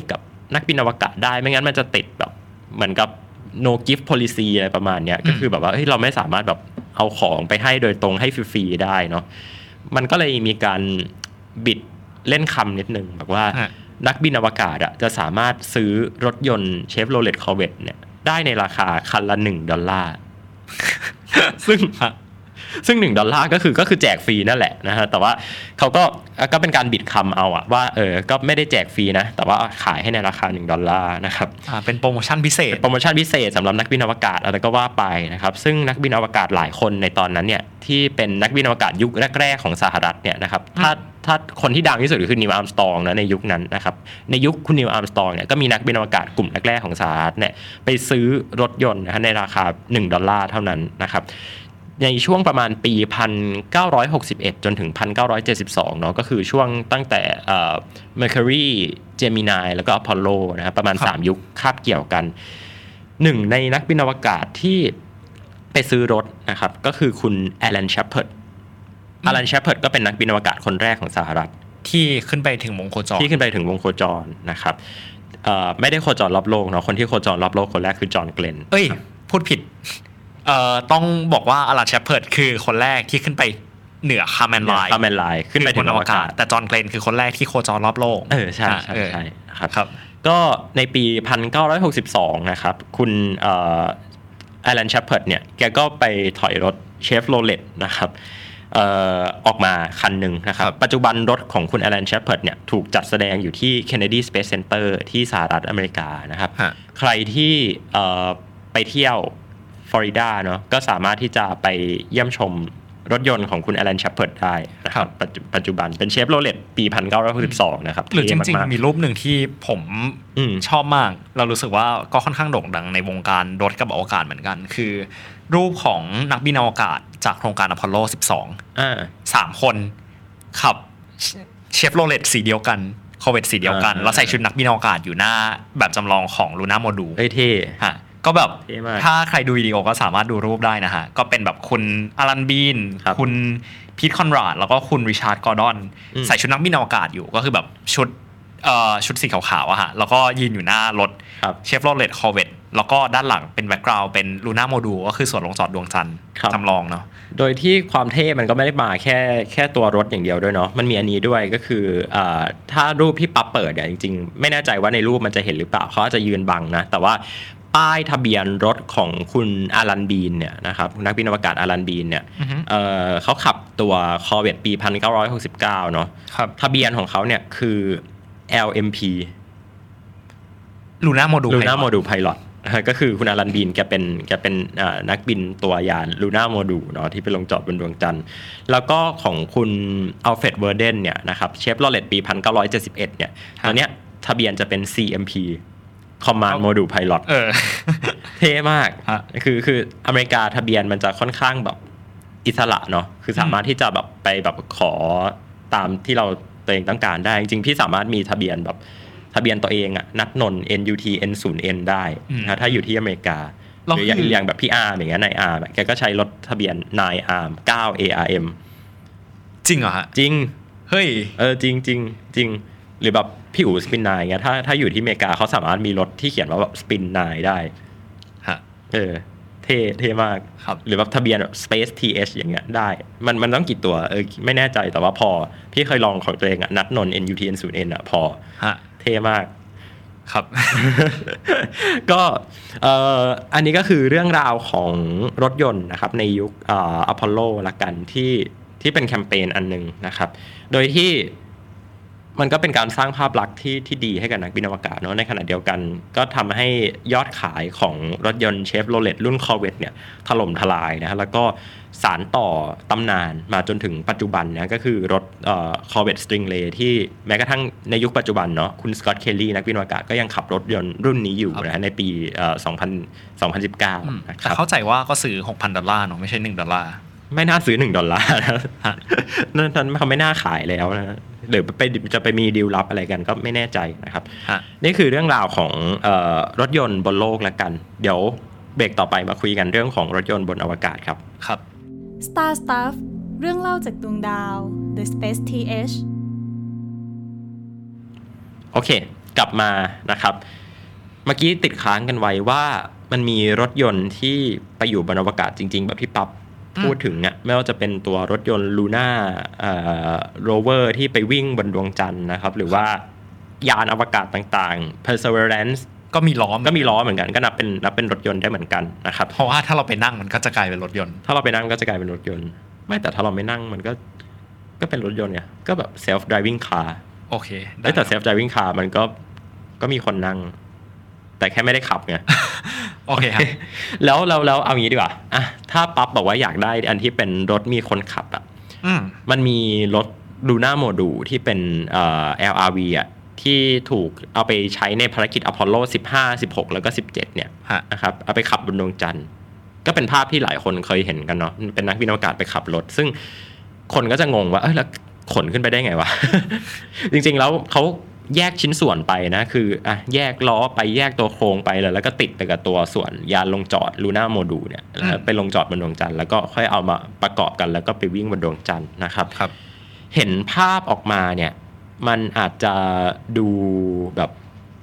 นักบินอวกาศได้ไม่งั้นมันจะติดแบบเหมือนกับ no gift policy อะไรประมาณเนี้ยก็คือแบบว่าเฮ้ยเราไม่สามารถแบบเอาของไปให้โดยตรงให้ฟรีๆได้เนาะมันก็เลยมีการบิดเล่นคำนิดนึงแบบว่านักบินอวกาศอะจะสามารถซื้อรถยนต์ Chevrolet Corvette เนี่ยได้ในราคาคันละหนึ่งดอลลาร์ซึ่งซึ่งหนึ่งดอลลาร์ก็คือก็คือแจกฟรีนั่นแหละนะฮะแต่ว่าเขาก็ก็เป็นการบิดคำเอาอะว่าเออก็ไม่ได้แจกฟรีนะแต่ว่าขายให้ในราคาหนึ่งดอลลาร์นะครับอ่าเป็นโปรโมชั่นพิเศษโปรโมชั่นพิเศษสำหรับนักบินอวกาศอะไรก็ว่าไปนะครับซึ่งนักบินอวกาศหลายคนในตอนนั้นเนี่ยที่เป็นนักบินอวกาศยุคแรกๆของสหรัฐเนี่ยนะครับถ้าถ้าคนที่ดังที่สุดคือนิว อาร์มสตรองนะในยุคนั้นนะครับในยุคคุณนิว อาร์มสตรองเนี่ยก็มีนักบินอวกาศกลุ่มแรกๆของสหรัฐเนี่ยไปซื้อรถยนต์นะฮะในราคาหนึ่งดอลลาร์เท่านั้นนะครับในช่วงประมาณปีหนึ่งพันเก้าร้อยหกสิบเอ็ดจนถึงหนึ่งพันเก้าร้อยเจ็ดสิบสองเนาะก็คือช่วงตั้งแต่เอ่อ Mercury Gemini แล้วก็ Apollo นะครับประมาณสามยุคคาบเกี่ยวกันหนึ่งในนักบินอวกาศที่ไปซื้อรถนะครับก็คือคุณแอลัน แชปเพิร์ดแอลัน แชปเพิร์ดก็เป็นนักบินอวกาศคนแรกของสหรัฐที่ขึ้นไปถึงวงโคจรที่ขึ้นไปถึงวงโคจรนะครับเอ่อไม่ได้โคจรรอบโลกเนาะคนที่โคจรรอบโลกคนแรกคือจอห์นเกลนเอ้ยพูดผิดเอ่อต้องบอกว่าอลัน แชปเพิร์ดคือคนแรกที่ขึ้นไปเหนือคาร์แมนไลน์คาร์แมนไลน์ขึ้นไปถึงอวกาศแต่จอห์นเกลนคือคนแรกที่โคจรรอบโลกเออใช่ใช่ใช่ครับครับก็ในปีหนึ่งพันเก้าร้อยหกสิบสองนะครับคุณเอ่อแอลัน แชปเพิร์ดเนี่ยแกก็ไปถอยรถ Chevrolet นะครับเอ่อออกมาคันหนึ่งนะครับปัจจุบันรถของคุณแอลัน แชปเพิร์ดเนี่ยถูกจัดแสดงอยู่ที่ Kennedy Space Center ที่สหรัฐอเมริกานะครับใครที่เอ่อไปเที่ยวฟลอริดาเนาะก็สามารถที่จะไปเยี่ยมชมรถยนต์ของคุณแอลัน แชปเพิร์ดได้นะครับปัจจุบันเป็นเชฟโรเลตปีหนึ่งพันเก้าร้อยหกสิบสองนะครับหรือจริงๆมีรูปหนึ่งที่ผมชอบมากเรารู้สึกว่าก็ค่อนข้างโด่งดังในวงการรถกับอวกาศเหมือนกันคือรูปของนักบินอวกาศจากโครงการอพอลโลสิบสองอ่าสามคนขับเชฟโรเลตสีเดียวกันคอร์เวตสีเดียวกันแล้วใส่ชุดนักบินอวกาศอยู่หน้าแบบจำลองของลูน่าโมดูลเฮ้ยเท่ฮะก็แบบถ้าใครดูวิดีโอก็สามารถดูรูปได้นะฮะก็เป็นแบบคุณอลันบีนคุณพีทคอนราดแล้วก็คุณริชาร์ดกอร์ดอนใส่ชุดนักบินอวกาศอยู่ก็คือแบบชุดเอ่อชุดสีขาวๆอะฮะแล้วก็ยืนอยู่หน้ารถเชฟโรเลตคอร์เวตแล้วก็ด้านหลังเป็นแบ็คกราวด์เป็นลูน่าโมดูลก็คือส่วนลงจอดดวงจันทร์จำลองเนาะโดยที่ความเท่มันก็ไม่ได้มาแค่แค่ตัวรถอย่างเดียวด้วยเนาะมันมีอันนี้ด้วยก็คืออ่าถ้ารูปที่ปั๊บเปิดเนี่ยจริงๆไม่แน่ใจว่าในรูปมันจะเห็นหรือเปล่าเขาอาจจะยืนบังนะแต่ว่าป้ายทะเบียนรถของคุณอารันบีนเนี่ยนะครับนักบินอวกาศอารันบีนเนี่ย uh-huh. เอ่อเขาขับตัวคอร์เวตปีหนึ่งพันเก้าร้อยหกสิบเก้าเนาะทะเบียนของเขาเนี่ยคือ แอล เอ็ม พี Lunar Module Lunar Module Pilot ก็คือคุณอารันบีนแกเป็นแกเป็นนักบินตัวยาน Lunar Module เนาะที่ไปลงจอดบนดวงจันทร์แล้วก็ของคุณอัลเฟรดเวอร์เดนเนี่ยนะครับเชฟโรเลตปีหนึ่งพันเก้าร้อยเจ็ดสิบเอ็ดเนี่ยตอนเนี้ยทะเบียนจะเป็น ซี เอ็ม พีCommand Module Pilot เออเท่มากคือคืออเมริกาทะเบียนมันจะค่อนข้างแบบอิสระเนาะคือสามารถที่จะแบบไปแบบขอตามที่เราตัวเองต้องการได้จริงๆพี่สามารถมีทะเบียนแบบทะเบียนตัวเองอะนัทนนท์ เอ็น ยู ที เอ็น ศูนย์ เอ็น ได้นะถ้าอยู่ที่อเมริกาหรืออย่างแบบพี่อาร์มอย่างเงี้ยนายอาร์มแกก็ใช้รถทะเบียนนายอาร์มเก้า เอ อาร์ เอ็มจริงเหรอฮะจริงเฮ้ยเออจริงจริงจริงหรือแบบพี่อู๋สปินไนน์เงี้ยถ้าถ้าอยู่ที่อเมริกาเขาสามารถมีรถที่เขียนว่าแบบสปินไนน์ได้ฮะเออเท่เท่มากครับหรือแบบทะเบียนแบบ Space ที เอช อย่างเงี้ยได้มันมันต้องกี่ตัวเออไม่แน่ใจแต่ว่าพอพี่เคยลองของตัวเองอะนัทนนท์ เอ็น ยู ที เอ็น ศูนย์ เอ็น อะพอฮะเท่มากครับก็เอ่ออันนี้ก็คือเรื่องราวของรถยนต์นะครับในยุคอ่าอพอลโลละกันที่ที่เป็นแคมเปญอันนึงนะครับโดยที่มันก็เป็นการสร้างภาพลักษณ์ที่ที่ดีให้กับนักบินอวกาศเนาะในขณะเดียวกันก็ทำให้ยอดขายของรถยนต์เชฟโรเลตรุ่น Corvette เนี่ยถล่มทลายนะแล้วก็สานต่อตำนานมาจนถึงปัจจุบันนะก็คือรถเอ่อ Corvette Stingray ที่แม้กระทั่งในยุคปัจจุบันเนาะคุณสกอตต์เคลลี่นักบินอวกาศก็ยังขับรถยนต์รุ่นนี้อยู่นะในปีเอ่อสองพัน สองพันสิบเก้านะครับแต่เข้าใจว่าก็ซื้อ หกพัน ดอลลาร์เนาะไม่ใช่หนึ่งดอลลาร์ไม่น่าซื้อหนึ่งดอลลาร์นะนั่นเขาไม่น่าขายแล้วนะหรือไปจะไปมีดีลลับอะไรกันก็ไม่แน่ใจนะครับนี่คือเรื่องราวของเอ่อรถยนต์บนโลกละกันเดี๋ยวเบรกต่อไปมาคุยกันเรื่องของรถยนต์บนอวกาศครับครับ Star Stuff เรื่องเล่าจากดวงดาว The Space ที เอชโอเคกลับมานะครับเมื่อกี้ติดค้างกันไว้ว่ามันมีรถยนต์ที่ไปอยู่บนอวกาศจริงๆแบบพี่ปั๊บพูดถึงอ่ะไม่ว่าจะเป็นตัวรถยนต์ลูน่าเอ่อโรเวอร์ที่ไปวิ่งบนดวงจันทร์นะครับหรือว่ายานอวกาศต่างๆ Perseverance ก็มีล้อก็มีล้อเหมือนกันก็นับเป็นนับเป็นรถยนต์ได้เหมือนกันนะครับเพราะว่าถ้าเราไปนั่งมันก็จะกลายเป็นรถยนต์ถ้าเราไปนั่งก็จะกลายเป็นรถยนต์ไม่แต่ถ้าเราไม่นั่งมันก็ก็เป็นรถยนต์เนี่ยก็แบบ self driving car โอเคแต่ self driving car มันก็ก็มีคนนั่งแต่แค่ไม่ได้ขับไงโอเคครับแล้วเราแล้วเอางี้ดีกว่าอ่ะถ้าปั๊บบอกว่าอยากได้อันที่เป็นรถมีคนขับอ่ะมันมีรถลูน่าโมดูลที่เป็นเอ่อ แอล อาร์ วี อ่ะที่ถูกเอาไปใช้ในภารกิจอพอลโลสิบห้า สิบหกแล้วก็สิบเจ็ดเนี่ยนะครับเอาไปขับบนดวงจันทร์ก็เป็นภาพที่หลายคนเคยเห็นกันเนาะเป็นนักบินอวกาศไปขับรถซึ่งคนก็จะงงว่าเอ้ยแล้วขนขึ้นไปได้ไงวะ จริงๆแล้วเขาแยกชิ้นส่วนไปนะคืออ่ะแยกล้อไปแยกตัวโครงไปแล้วแล้วก็ติดไปกับตัวส่วนยานลงจอดลูน่าโมดูลเนี่ยแล้วไปลงจอดบนดวงจันทร์แล้วก็ค่อยเอามาประกอบกันแล้วก็ไปวิ่งบนดวงจันทร์นะครับเห็นภาพออกมาเนี่ยมันอาจจะดูแบบ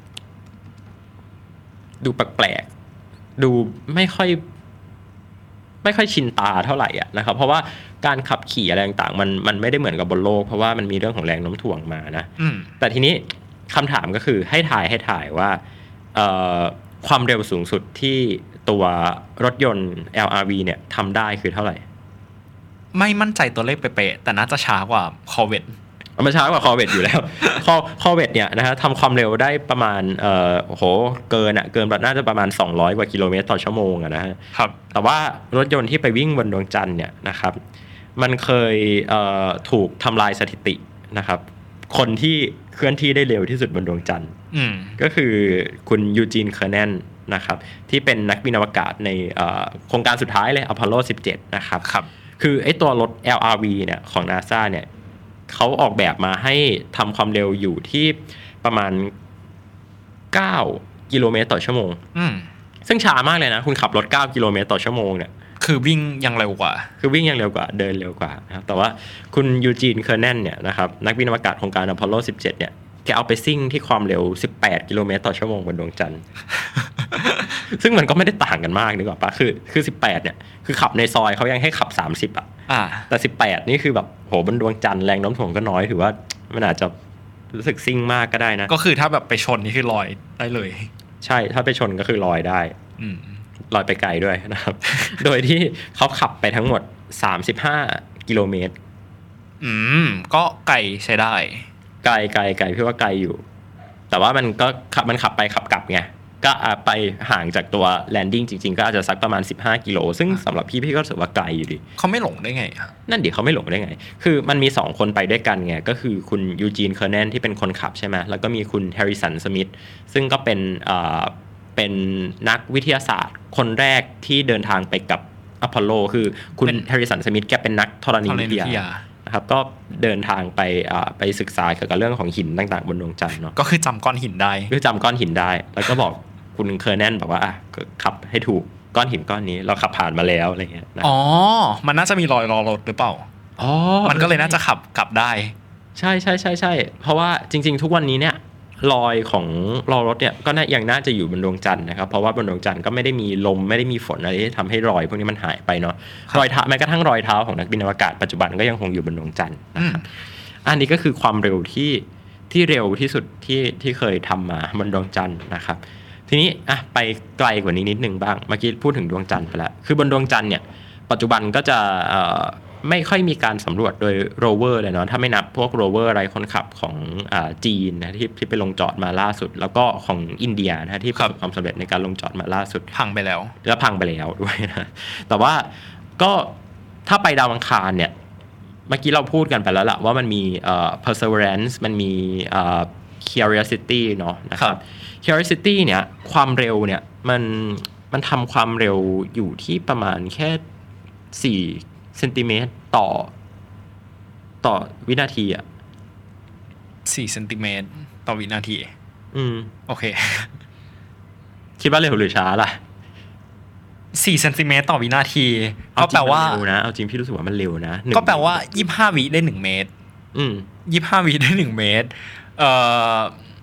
ดูแปลกๆดูไม่ค่อยไม่ค่อยชินตาเท่าไหร่อ่ะนะครับเพราะว่าการขับขี่อะไรต่างๆมันมันไม่ได้เหมือนกับบนโลกเพราะว่ามันมีเรื่องของแรงโน้มถ่วงมานะแต่ทีนี้คำถามก็คือให้ถ่ายให้ถ่ายว่าความเร็วสูงสุดที่ตัวรถยนต์ แอล อาร์ วี เนี่ยทำได้คือเท่าไหร่ไม่มั่นใจตัวเลขเป๊ะๆแต่น่าจะช้ากว่า Corvette มันช้ากว่า Corvette อยู่แล้ว Corvette เนี่ยนะฮะทำความเร็วได้ประมาณเอ่อโหเกินอ่ะเกินน่าจะประมาณสองร้อยกว่ากิโลเมตรต่อชั่วโมงอ่ะนะฮะครับแต่ว่ารถยนต์ที่ไปวิ่งบนดวงจันทร์เนี่ยนะครับมันเคยเอ่อถูกทำลายสถิตินะครับคนที่เคลื่อนที่ได้เร็วที่สุดบนดวงจันทร์ก็คือคุณยูจีนเคอร์แนนนะครับที่เป็นนักบินอวกาศในโครงการสุดท้ายเลยอพอลโลสิบเจ็ดนะครับครับคือไอ้ตัวรถ แอล อาร์ วี เนี่ยของ NASA เนี่ยเขาออกแบบมาให้ทำความเร็วอยู่ที่ประมาณเก้ากิโลเมตรต่อชั่วโมงซึ่งช้ามากเลยนะคุณขับรถเก้ากิโลเมตรต่อชั่วโมงเนี่ยคือวิ่งยังเร็วกว่าคือวิ่งยังเร็วกว่าเดินเร็วกว่านะครับแต่ว่าคุณยูจีนเคอร์แนนเนี่ยนะครับนักบินอวกาศโครงการอพอลโลสิบเจ็ดเนี่ยแกเอาไปซิ่งที่ความเร็วสิบแปดกิโลเมตรต่อชั่วโมงบนดวงจันทร์ ซึ่งมันก็ไม่ได้ต่างกันมากนึกออกปะคือคือสิบแปดเนี่ยคือขับในซอยเขายังให้ขับสามสิบอ่ะแต่สิบแปดนี่คือแบบโหบนดวงจันทร์แรงโน้มถ่วงก็น้อยถือว่ามันอาจจะรู้สึกซิ่งมากก็ได้นะก็คือถ้าแบบไปชนนี่คือลอยได้เลยใช่ถ้าไปชนก็คือลอยได้ลอยไปไกลด้วยนะครับ โดยที่เขาขับไปทั้งหมดสามสิบห้ากิโลเมตรอืมก็ไกลใช้ได้ไกลไกลไกลพี่ว่าไกลอยู่แต่ว่ามันก็ขับมันขับไปขับกลับไงก็ไปห่างจากตัวแลนดิ้งจริงๆก็อาจจะสักประมาณสิบห้ากิโลซึ่งสำหรับพี่พี่ก็รู้สึกว่าไกลอยู่ดิเขาไม่หลงได้ไงนั่นดิเขาไม่หลงได้ไงคือมันมีสองคนไปด้วยกันไงก็คือคุณยูจีนเคอร์แนนที่เป็นคนขับใช่ไหมแล้วก็มีคุณแฮร์ริสันสมิธซึ่งก็เป็นเอ่อเป็นนักวิทยาศาสตร์คนแรกที่เดินทางไปกับอพอลโลคือคุณแฮร์ริสันสมิธแกเป็นนักธรณีวิทยานะครับก็เดินทางไปไปศึกษาเกี่ยวกับเรื่องของหินต่างๆบนดวงจันทร์เนาะก็คือจำก้อนหินได้คือจำก้อนหินได้แล้วก็บอกคุณเคอร์แนนบอกว่าอ่ะขับให้ถูกก้อนหินก้อนนี้เราขับผ่านมาแล้วอะไรเงี้ยอ๋อมันน่าจะมีรอยรอรถหรือเปล่าอ๋อมันก็เลยน่าจะขับกลับได้ใช่ใช่ใช่ใช่เพราะว่าจริงๆทุกวันนี้เนี่ยรอยของรอรถเนี่ยก็ยังน่าจะอยู่บนดวงจันทร์นะครับเพราะว่าบนดวงจันทร์ก็ไม่ได้มีลมไม่ได้มีฝนอะไรที่ทำให้รอยพวกนี้มันหายไปเนาะรอยเท้าแม้กระทั่งรอยเท้าของนักบินอวกาศปัจจุบันก็ยังคงอยู่บนดวงจันทร์นะครับอันนี้ก็คือความเร็วที่ที่เร็วที่สุดที่ที่เคยทำมาบนดวงจันทร์นะครับทีนี้อ่ะไปไกลกว่านี้นิดนึงบ้างเมื่อกี้พูดถึงดวงจันทร์ไปแล้วคือบนดวงจันทร์เนี่ยปัจจุบันก็จะเอ่อไม่ค่อยมีการสำรวจโดยโรเวอร์เลยเนาะถ้าไม่นับพวกโรเวอร์ไร้คนขับของอ่าจีนนะที่ที่ไปลงจอดมาล่าสุดแล้วก็ของอินเดียนะที่ประสบความสำเร็จในการลงจอดมาล่าสุดพังไปแล้วแล้วพังไปแล้วด้วยนะแต่ว่าก็ถ้าไปดาวอังคารเนี่ยเมื่อกี้เราพูดกันไปแล้วล่ะว่ามันมีเอ่อ perseverance มันมีเอ่อ curiosity เนาะนะครับ curiosity เนี่ยความเร็วเนี่ยมันมันทำความเร็วอยู่ที่ประมาณแค่สี่เซนติเมตรต่อต่อวินาทีอ่ะสี่เซนติเมตรต่อวินาทีอืมโอเคคิดว่าเร็วหรือช้าล่ะสี่เซนติเมตรต่อวินาทีก็แปลว่าเร็วนะเอาจริงพี่รู้สึกว่ามันเร็วนะก็แปลว่ายี่สิบห้าวิได้หนึ่งเมตรอืมยี่สิบห้าวิได้หนึ่งเมตรเอ่อ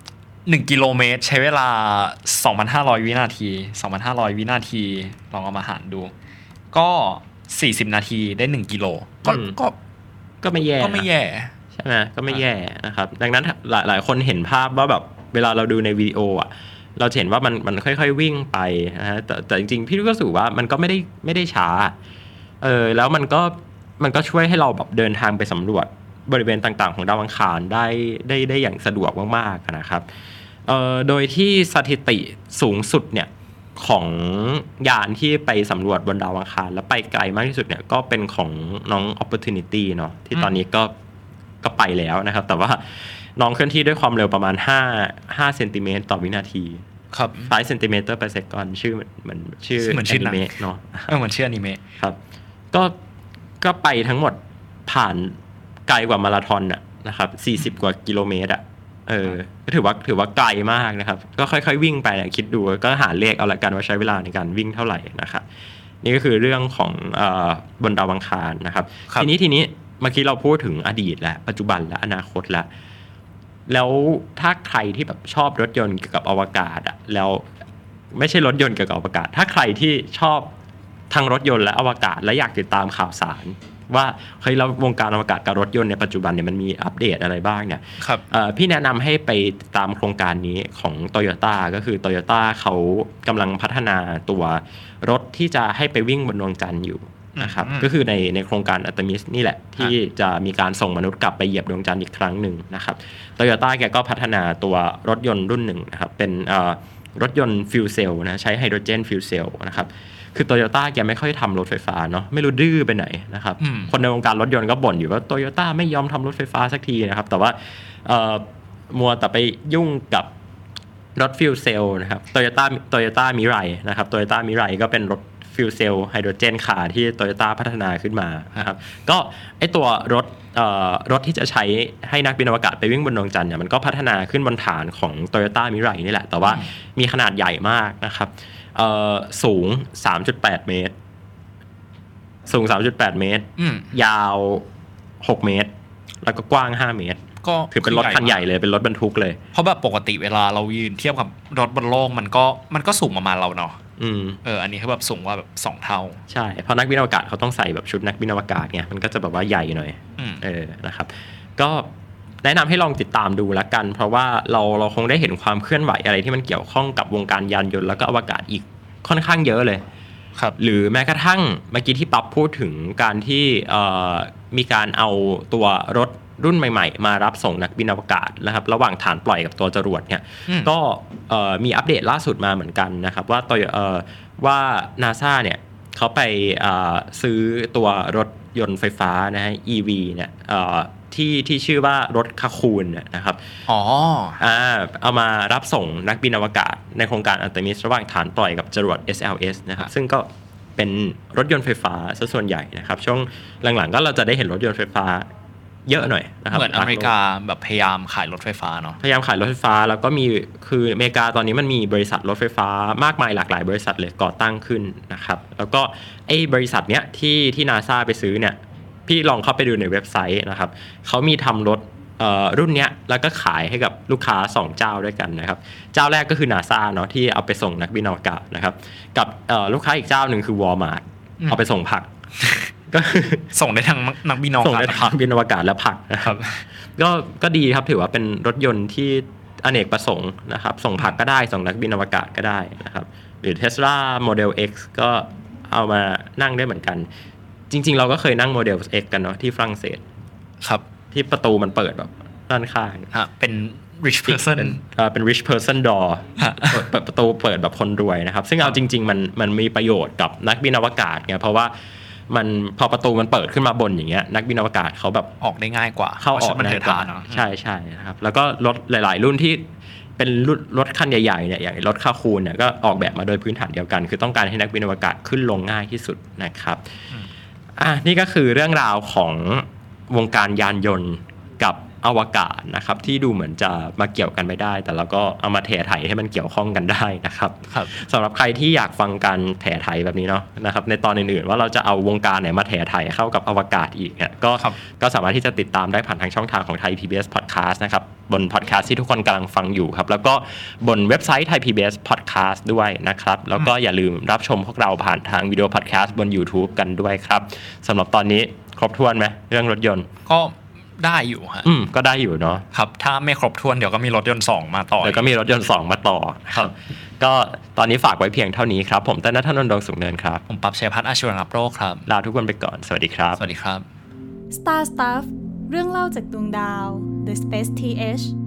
หนึ่งกิโลเมตรใช้เวลา สองพันห้าร้อย วินาที สองพันห้าร้อย วินาทีลองเอามาหารดูก็สี่สิบนาทีได้หนึ่งกิโลก็ก็ก็ไม่แย่ก็ไม่แย่ใช่ไหมก็ไม่แย่นะครับดังนั้นหลายหลายคนเห็นภาพว่าแบบเวลาเราดูในวิดีโออ่ะเราเห็นว่ามันมันค่อยๆวิ่งไปนะฮะแต่แต่จริงๆพี่ก็รู้สึกว่ามันก็ไม่ได้ไม่ได้ช้าเออแล้วมันก็มันก็ช่วยให้เราแบบเดินทางไปสำรวจบริเวณต่างๆของดาวอังคารได้ได้ได้อย่างสะดวกมากๆนะครับเอ่อโดยที่สถิติสูงสุดเนี่ยของยานที่ไปสำรวจบนดาวอังคารแล้วไปไกลมากที่สุดเนี่ยก็เป็นของน้อง Opportunity เนาะที่ตอนนี้ก็ก็ไปแล้วนะครับแต่ว่าน้องเคลื่อนที่ด้วยความเร็วประมาณห้า ห้าเซนติเมตรต่อวินาทีครับห้าเซนติเมตร per second ชื่อเหมือนชื่ออนิเมะเนาะเออเหมือนชื่ออนิเมะครับก็ก็ไปทั้งหมดผ่านไกลกว่ามาราธอนน่ะนะครับสี่สิบกว่ากิโลเมตรอ่ะเออก็ถือว่าถือว่าไกลมากนะครับก็ค่อยๆวิ่งไปคิดดูก็หาเลขเอาละกันว่าใช้เวลาในการวิ่งเท่าไหร่นะครับนี่ก็คือเรื่องของเอ่อบนดาวอังคารนะครับทีนี้ทีนี้เมื่อกี้เราพูดถึงอดีตและปัจจุบันและอนาคตแล้วแล้วถ้าใครที่แบบชอบรถยนต์เกี่ยวกับอวกาศอ่ะแล้วไม่ใช่รถยนต์เกี่ยวกับอวกาศถ้าใครที่ชอบทั้งรถยนต์และอวกาศและอยากติดตามข่าวสารว่าเฮ้ยเราวงการอวกาศกับรถยนต์ในปัจจุบันเนี่ยมันมีอัปเดตอะไรบ้างเนี่ยครับพี่แนะนำให้ไปติดตามโครงการนี้ของ Toyota ก็คือ Toyota เขากำลังพัฒนาตัวรถที่จะให้ไปวิ่งบนดวงจันทร์อยู่นะครับก็คือในในโครงการ Artemis นี่แหละที่จะมีการส่งมนุษย์กลับไปเหยียบดวงจันทร์อีกครั้งหนึ่งนะครับ Toyota แกก็พัฒนาตัวรถยนต์รุ่นหนึ่งนะครับเป็นรถยนต์ฟิวเซลนะใช้ไฮโดรเจนฟิวเซลนะครับคือ Toyota แกไม่ค่อยทำรถไฟฟ้าเนาะไม่รู้ดื้อไปไหนนะครับคนในวงการรถยนต์ก็บ่นอยู่ว่า Toyota ไม่ยอมทำรถไฟฟ้าสักทีนะครับแต่ว่ามัวแต่ไปยุ่งกับรถฟิวเซลนะครับ Toyota Toyota Mirai นะครับ Toyota Mirai ก็เป็นรถฟิวเซลไฮโดรเจนคาร์ที่ Toyota พัฒนาขึ้นมานะครับก็ไอตัวรถรถที่จะใช้ให้นักบินอวกาศไปวิ่งบนดวงจันทร์เนี่ยมันก็พัฒนาขึ้นบนฐานของ Toyota Mirai นี่แหละแต่ว่ามีขนาดใหญ่มากนะครับสูง สามจุดแปด เมตรสูง สามจุดแปด เมตรยาวหกเมตรแล้วก็กว้างห้าเมตรก็ถือเป็นรถคันใหญ่เลยเป็นรถบรรทุกเลยเพราะแบบปกติเวลาเรายืนเทียบกับรถบนโลกมันก็มันก็สูงประมาณเราเนาะอืมเอออันนี้คือแบบสูงกว่าแบบสองเท่าใช่เพราะนักบินอวกาศเขาต้องใส่แบบชุดนักบินอวกาศไงมันก็จะแบบว่าใหญ่หน่อยเออนะครับก็แนะนำให้ลองติดตามดูละกันเพราะว่าเราเราคงได้เห็นความเคลื่อนไหวอะไรที่มันเกี่ยวข้องกับวงการยานยนต์แล้วก็อวกาศอีกค่อนข้างเยอะเลยครับหรือแม้กระทั่งเมื่อกี้ที่ปั๊บพูดถึงการที่มีการเอาตัวรถรุ่นใหม่ๆมารับส่งนักบินอวกาศนะครับระหว่างฐานปล่อยกับตัวจรวดเนี่ยก็มีอัปเดตล่าสุดมาเหมือนกันนะครับว่าตัวว่า NASA เนี่ยเขาไปซื้อตัวรถยนต์ไฟฟ้านะฮะ อี วี เนี่ยที่ที่ชื่อว่ารถคาคูนนะครับอ๋ออ่าเอามารับส่งนักบินอวกาศในโครงการ Artemis ระหว่างฐานปล่อยกับจรวด เอส แอล เอส นะครับซึ่งก็เป็นรถยนต์ไฟฟ้าซะส่วนใหญ่นะครับช่วงหลังๆก็เราจะได้เห็นรถยนต์ไฟฟ้าเยอะหน่อยนะครับเหมือนอเมริกาแบบพยายามขายรถไฟฟ้าเนาะพยายามขายรถไฟฟ้าแล้วก็มีคืออเมริกาตอนนี้มันมีบริษัทรถไฟฟ้ามากมายหลากหลายบริษัทเลยก่อตั้งขึ้นนะครับแล้วก็ไอ้บริษัทเนี้ยที่ที่ NASA ไปซื้อเนี่ยพี่ลองเข้าไปดูในเว็บไซต์นะครับเขามีทำรถรุ่นเนี้ยแล้วก็ขายให้กับลูกค้าสองเจ้าด้วยกันนะครับเจ้าแรกก็คือ NASA เนาะที่เอาไปส่งนักบินอวกาศนะครับกับลูกค้าอีกเจ้าหนึ่งคือ Walmart เอาไปส่งผักก็ส่งได้ทั้งนักบินอวกาศส่งได้ทั้งบินอวกาศและผักนะครับก็ก็ดีครับถือว่าเป็นรถยนต์ที่อเนกประสงค์นะครับส่งผักก็ได้ส่งนักบินอวกาศก็ได้นะครับหรือ Tesla Model X ก็เอามานั่งได้เหมือนกันจริงๆเราก็เคยนั่ง Model X กันเนาะที่ฝรั่งเศสครับที่ประตูมันเปิดแบบด้านข้างฮะเป็น rich person เป็นเอ่อเป็น rich person door เปิดประตูเปิดแบบคนรวยนะครับซึ่งเอาจริงๆมันมันมีประโยชน์กับนักบินอวกาศไงเพราะว่ามันพอประตูมันเปิดขึ้นมาบนอย่างเงี้ยนักบินอวกาศเขาแบบออกได้ง่ายกว่าเข้าออกมันง่ายกว่าใช่ใช่นะครับแล้วก็รถหลายๆรุ่นที่เป็นรถคันใหญ่ๆเนี่ยอย่างรถคาคูนเนี่ยก็ออกแบบมาโดยพื้นฐานเดียวกันคือต้องการให้นักบินอวกาศขึ้นลงง่ายที่สุดนะครับอ่ะนี่ก็คือเรื่องราวของวงการยานยนต์กับอวกาศนะครับที่ดูเหมือนจะมาเกี่ยวกันไม่ได้แต่เราก็เอามาแถไถให้มันเกี่ยวข้องกันได้นะครับสำหรับใครที่อยากฟังการแถไถแบบนี้เนาะนะครับในตอนอื่นๆว่าเราจะเอาวงการไหนมาแถไถเข้ากับอวกาศอีกเนี่ยก็ก็สามารถที่จะติดตามได้ผ่านทางช่องทางของ Thai พี บี เอส Podcast นะครับบน podcast ที่ทุกคนกำลังฟังอยู่ครับแล้วก็บนเว็บไซต์ Thai พี บี เอส Podcast ด้วยนะครับแล้วก็อย่าลืมรับชมพวกเราผ่านทางวิดีโอ podcast บน YouTube กันด้วยครับสำหรับตอนนี้ครบถ้วนไหมเรื่องรถยนต์ก็ได้อยู่ฮะอืมก็ได้อยู่เนาะครับถ้าไม่ครบถ้วนเดี๋ยวก็มีรถยนต์สองมาต่อเดี๋ยวก็มีรถยนต์สองมาต่อครับก็ตอนนี้ฝากไว้เพียงเท่านี้ครับผมต้นณัฐนนท์ ดวงสุขเนินครับผมปั๊บชัยพัฒน์อาชีวรังโรจน์ครับลาทุกคนไปก่อนสวัสดีครับสวัสดีครับ Star Stuff เรื่องเล่าจากดวงดาว The Space ที เอช